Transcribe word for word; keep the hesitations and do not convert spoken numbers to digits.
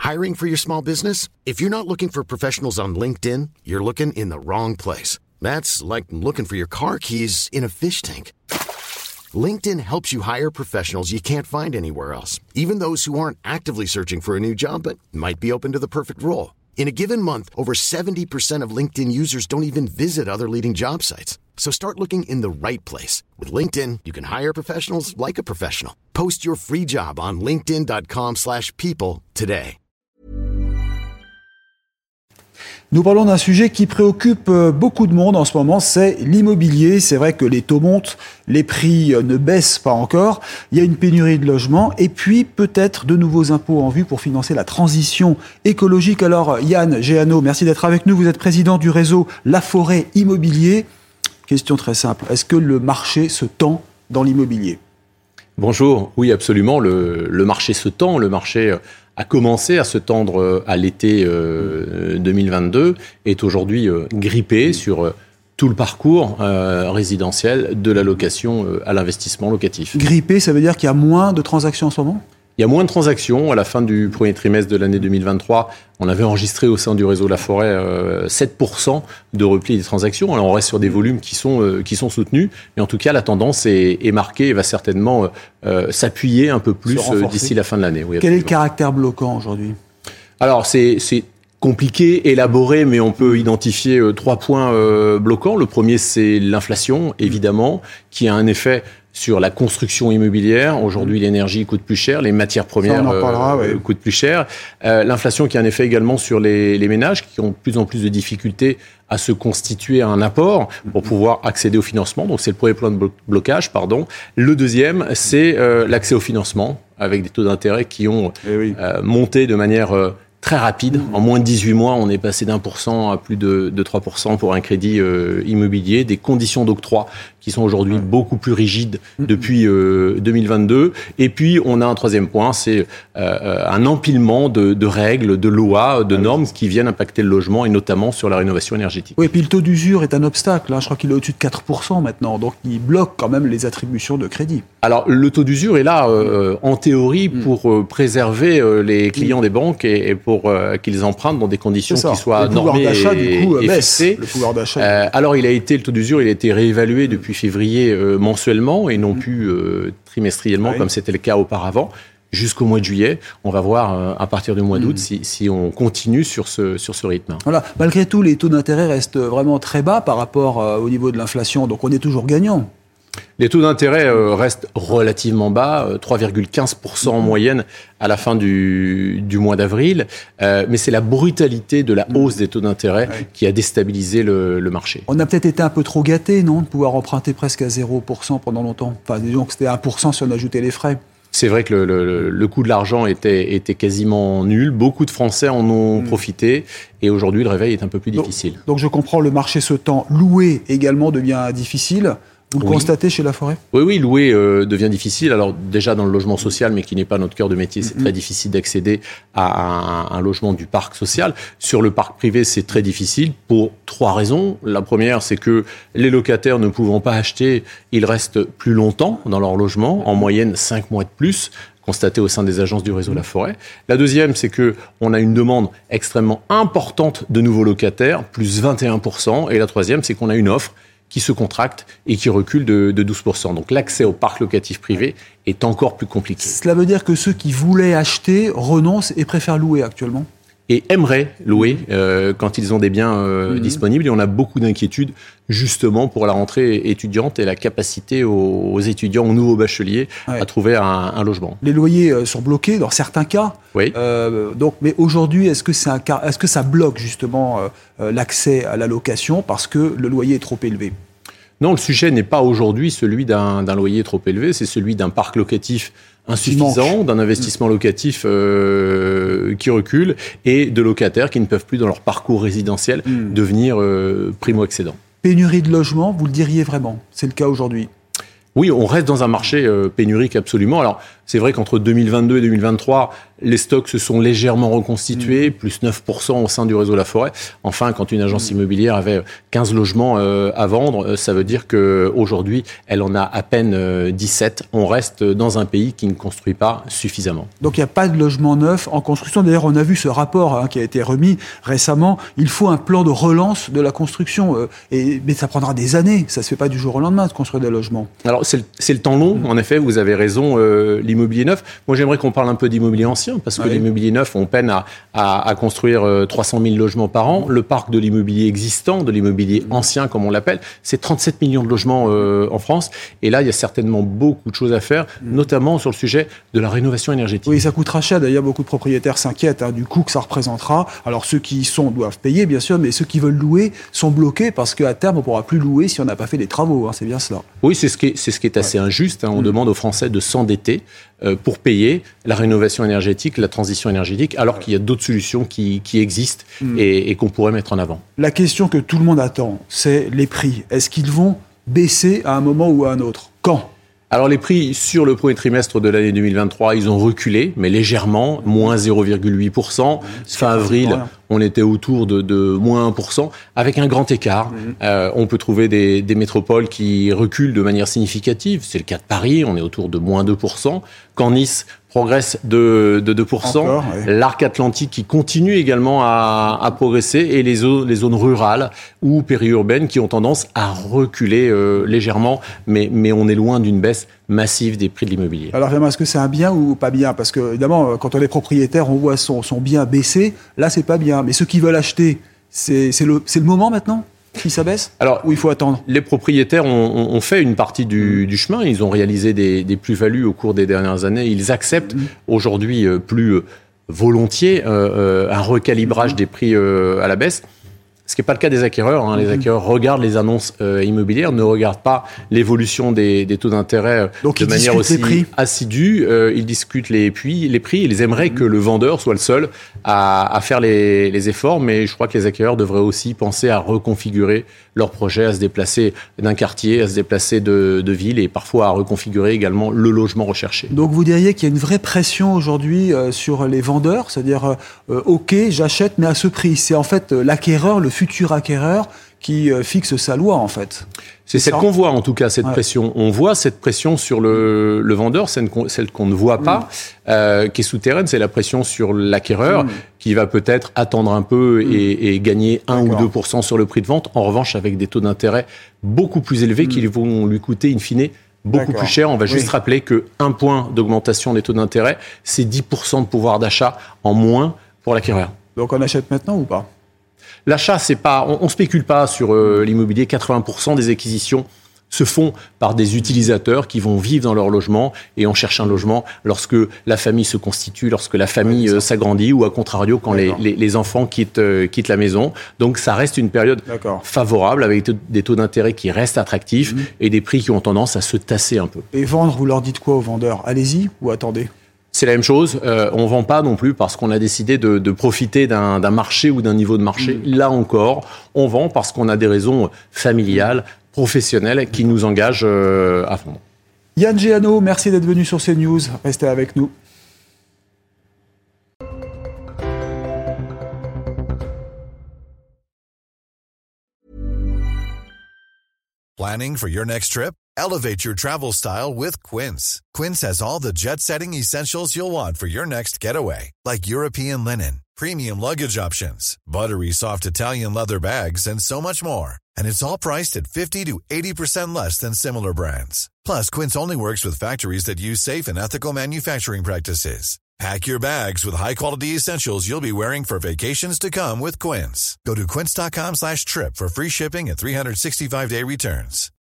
Hiring for your small business? If you're not looking for professionals on LinkedIn, you're looking in the wrong place. That's like looking for your car keys in a fish tank. LinkedIn helps you hire professionals you can't find anywhere else, even those who aren't actively searching for a new job but might be open to the perfect role. In a given month, over seventy percent of LinkedIn users don't even visit other leading job sites. So start looking in the right place. With LinkedIn, you can hire professionals like a professional. Post your free job on linkedin.com slash people today. Nous parlons d'un sujet qui préoccupe beaucoup de monde en ce moment, c'est l'immobilier. C'est vrai que les taux montent, les prix ne baissent pas encore, il y a une pénurie de logements et puis peut-être de nouveaux impôts en vue pour financer la transition écologique. Alors Yann Géano, merci d'être avec nous, vous êtes président du réseau La Forêt Immobilier. Question très simple, est-ce que le marché se tend dans l'immobilier ? Bonjour, oui absolument, le, le marché se tend, le marché a commencé à se tendre à l'été euh, deux mille vingt-deux, est aujourd'hui euh, grippé sur euh, tout le parcours euh, résidentiel de la location euh, à l'investissement locatif. Grippé, ça veut dire qu'il y a moins de transactions en ce moment ? Il y a moins de transactions. À la fin du premier trimestre de l'année deux mille vingt-trois, on avait enregistré au sein du réseau La Forêt euh, sept pour cent de repli des transactions. Alors on reste sur des volumes qui sont, euh, qui sont soutenus. Mais en tout cas, la tendance est, est marquée et va certainement euh, s'appuyer un peu plus euh, d'ici la fin de l'année. Oui, quel est le caractère bloquant aujourd'hui ? Alors, c'est... c'est compliqué, élaboré, mais on peut identifier euh, trois points euh, bloquants. Le premier, c'est l'inflation, évidemment, qui a un effet sur la construction immobilière. Aujourd'hui, l'énergie coûte plus cher, les matières premières Ça, on en parlera, euh, ouais. coûtent plus cher. Euh, l'inflation qui a un effet également sur les, les ménages, qui ont de plus en plus de difficultés à se constituer un apport pour pouvoir accéder au financement. Donc, c'est le premier point de blo- blocage, pardon. Le deuxième, c'est euh, l'accès au financement, avec des taux d'intérêt qui ont Eh oui. euh, monté de manière... Euh, très rapide. En moins de dix-huit mois, on est passé d'un pour cent à plus de, de trois pour cent pour un crédit euh, immobilier. Des conditions d'octroi qui sont aujourd'hui beaucoup plus rigides depuis euh, deux mille vingt-deux. Et puis, on a un troisième point, c'est euh, un empilement de, de règles, de lois, de normes qui viennent impacter le logement et notamment sur la rénovation énergétique. Oui, et puis le taux d'usure est un obstacle. Hein. Je crois qu'il est au-dessus de quatre pour cent maintenant. Donc, il bloque quand même les attributions de crédit. Alors, le taux d'usure est là, euh, en théorie, pour euh, préserver euh, les clients des banques et, et pour euh, qu'ils empruntent dans des conditions qui soient normées et, d'achat, du coup, et baisse. fixées. Le pouvoir d'achat. Euh, alors, il a été, le taux d'usure, il a été réévalué depuis février euh, mensuellement et non plus euh, trimestriellement, oui. comme c'était le cas auparavant. Jusqu'au mois de juillet, on va voir euh, à partir du mois d'août mmh. si, si on continue sur ce, sur ce rythme. Voilà. Malgré tout, les taux d'intérêt restent vraiment très bas par rapport euh, au niveau de l'inflation, donc on est toujours gagnant. Les taux d'intérêt euh, restent relativement bas, euh, trois virgule quinze pour cent en moyenne à la fin du, du mois d'avril, euh, mais c'est la brutalité de la hausse des taux d'intérêt oui. qui a déstabilisé le, le marché. On a peut-être été un peu trop gâtés, non, de pouvoir emprunter presque à zéro pour cent pendant longtemps. Enfin, disons que c'était un pour cent si on ajoutait les frais. C'est vrai que le, le, le coût de l'argent était, était quasiment nul. Beaucoup de Français en ont mmh. profité. Et aujourd'hui, le réveil est un peu plus difficile. Donc, donc je comprends, le marché se tend. Louer également devient difficile. Vous le oui. constatez chez La Forêt ? Oui, oui, louer euh, devient difficile. Alors déjà dans le logement social, mais qui n'est pas notre cœur de métier, c'est mmh. très difficile d'accéder à un, un logement du parc social. Sur le parc privé, c'est très difficile pour trois raisons. La première, c'est que les locataires ne pouvant pas acheter, ils restent plus longtemps dans leur logement, en moyenne cinq mois de plus, constaté au sein des agences du réseau La Forêt. La deuxième, c'est que on a une demande extrêmement importante de nouveaux locataires, plus vingt et un pour cent. Et la troisième, c'est qu'on a une offre qui se contracte et qui recule de, de douze pour cent. Donc l'accès au parc locatif privé est encore plus compliqué. Cela veut dire que ceux qui voulaient acheter renoncent et préfèrent louer actuellement ? Et aimeraient louer euh, quand ils ont des biens euh, mmh. disponibles. Et on a beaucoup d'inquiétudes justement pour la rentrée étudiante et la capacité aux, aux étudiants, aux nouveaux bacheliers ouais. à trouver un, un logement. Les loyers sont bloqués dans certains cas. Oui. Euh, donc, mais aujourd'hui, est-ce que, c'est un cas, est-ce que ça bloque justement euh, l'accès à la location parce que le loyer est trop élevé ? Non, le sujet n'est pas aujourd'hui celui d'un, d'un loyer trop élevé, c'est celui d'un parc locatif insuffisant, d'un investissement locatif euh, qui recule et de locataires qui ne peuvent plus dans leur parcours résidentiel mmh. devenir euh, primo-accédants. Pénurie de logements, vous le diriez vraiment ? C'est le cas aujourd'hui ? Oui, on reste dans un marché euh, pénurique absolument. Alors, C'est vrai qu'entre deux mille vingt-deux et deux mille vingt-trois, les stocks se sont légèrement reconstitués, mmh. plus neuf pour cent au sein du réseau La Forêt. Enfin, quand une agence immobilière avait quinze logements euh, à vendre, ça veut dire qu'aujourd'hui, elle en a à peine euh, dix-sept. On reste dans un pays qui ne construit pas suffisamment. Donc il n'y a pas de logements neufs en construction. D'ailleurs, on a vu ce rapport hein, qui a été remis récemment. Il faut un plan de relance de la construction. Euh, et, mais ça prendra des années. Ça ne se fait pas du jour au lendemain de construire des logements. Alors, c'est le, c'est le temps long. Mmh. En effet, vous avez raison, euh, l'immobilier neuf. Moi, j'aimerais qu'on parle un peu d'immobilier ancien. Parce que oui. l'immobilier neuf, on peine à, à, à construire euh, trois cent mille logements par an. Le parc de l'immobilier existant, de l'immobilier mmh. ancien, comme on l'appelle, c'est trente-sept millions de logements euh, en France. Et là, il y a certainement beaucoup de choses à faire, mmh. notamment sur le sujet de la rénovation énergétique. Oui, ça coûtera cher. D'ailleurs, beaucoup de propriétaires s'inquiètent hein, du coût que ça représentera. Alors, ceux qui y sont doivent payer, bien sûr, mais ceux qui veulent louer sont bloqués parce qu'à terme, on ne pourra plus louer si on n'a pas fait les travaux. Hein, c'est bien cela. Oui, c'est ce qui est, c'est ce qui est assez ouais. injuste. Hein. On mmh. demande aux Français de s'endetter euh, pour payer la rénovation énergétique, la transition énergétique, alors qu'il y a d'autres solutions qui, qui existent mmh. et, et qu'on pourrait mettre en avant. La question que tout le monde attend, c'est les prix. Est-ce qu'ils vont baisser à un moment ou à un autre ? Quand ? Alors les prix sur le premier trimestre de l'année deux mille vingt-trois, ils ont reculé, mais légèrement, moins zéro virgule huit pour cent. Fin avril, on était autour de, de moins un pour cent, avec un grand écart. Mmh. Euh, on peut trouver des, des métropoles qui reculent de manière significative. C'est le cas de Paris, on est autour de moins deux pour cent. Quand Nice progresse de, de deux pour cent. Encore, ouais. L'arc atlantique qui continue également à, à progresser et les zones, les zones rurales ou périurbaines qui ont tendance à reculer euh, légèrement, mais, mais on est loin d'une baisse massive des prix de l'immobilier. Alors, est-ce que c'est un bien ou pas bien ? Parce que, évidemment, quand on est propriétaire, on voit son, son bien baisser. Là, c'est pas bien. Mais ceux qui veulent acheter, c'est, c'est, le, c'est le moment maintenant ? Qui s'abaisse ? Alors, ou il faut attendre ? Les propriétaires ont, ont fait une partie du, du chemin. Ils ont réalisé des, des plus-values au cours des dernières années. Ils acceptent mmh. aujourd'hui euh, plus volontiers euh, un recalibrage mmh. des prix euh, à la baisse. Ce qui n'est pas le cas des acquéreurs. Hein. Les acquéreurs regardent les annonces euh, immobilières, ne regardent pas l'évolution des, des taux d'intérêt Donc de manière aussi assidue. Euh, ils discutent les prix, les prix. Ils aimeraient mmh. que le vendeur soit le seul à, à faire les, les efforts, mais je crois que les acquéreurs devraient aussi penser à reconfigurer leur projet, à se déplacer d'un quartier, à se déplacer de, de ville et parfois à reconfigurer également le logement recherché. Donc vous diriez qu'il y a une vraie pression aujourd'hui euh, sur les vendeurs, c'est-à-dire euh, ok, j'achète, mais à ce prix. C'est en fait euh, l'acquéreur, le futur acquéreur qui euh, fixe sa loi en fait. C'est, c'est celle qu'on voit en tout cas, cette ouais. pression. On voit cette pression sur le, le vendeur, celle qu'on, celle qu'on ne voit pas, mmh. euh, qui est souterraine, c'est la pression sur l'acquéreur, mmh. qui va peut-être attendre un peu mmh. et, et gagner un D'accord. ou deux pour cent sur le prix de vente. En revanche, avec des taux d'intérêt beaucoup plus élevés mmh. qui vont lui coûter in fine beaucoup D'accord. plus cher. On va juste oui. rappeler qu'un point d'augmentation des taux d'intérêt, c'est dix pour cent de pouvoir d'achat en moins pour l'acquéreur. Donc on achète maintenant ou pas ? L'achat, c'est pas, on, on spécule pas sur euh, l'immobilier. quatre-vingts pour cent des acquisitions se font par des utilisateurs qui vont vivre dans leur logement et on cherche un logement lorsque la famille se constitue, lorsque la famille euh, s'agrandit ou à contrario quand les, les, les enfants quittent, euh, quittent la maison. Donc ça reste une période D'accord. favorable avec des taux d'intérêt qui restent attractifs mmh. et des prix qui ont tendance à se tasser un peu. Et vendre, vous leur dites quoi aux vendeurs ? Allez-y ou attendez ? C'est la même chose. Euh, on ne vend pas non plus parce qu'on a décidé de, de profiter d'un, d'un marché ou d'un niveau de marché. Mmh. Là encore, on vend parce qu'on a des raisons familiales, professionnelles qui nous engagent euh, à fond. Yann Géano, merci d'être venu sur CNews. Restez avec nous. Planning for your next trip? Elevate your travel style with Quince. Quince has all the jet-setting essentials you'll want for your next getaway, like European linen, premium luggage options, buttery soft Italian leather bags, and so much more. And it's all priced at fifty to eighty percent less than similar brands. Plus, Quince only works with factories that use safe and ethical manufacturing practices. Pack your bags with high-quality essentials you'll be wearing for vacations to come with Quince. Go to quince.com slash trip for free shipping and three sixty-five day returns.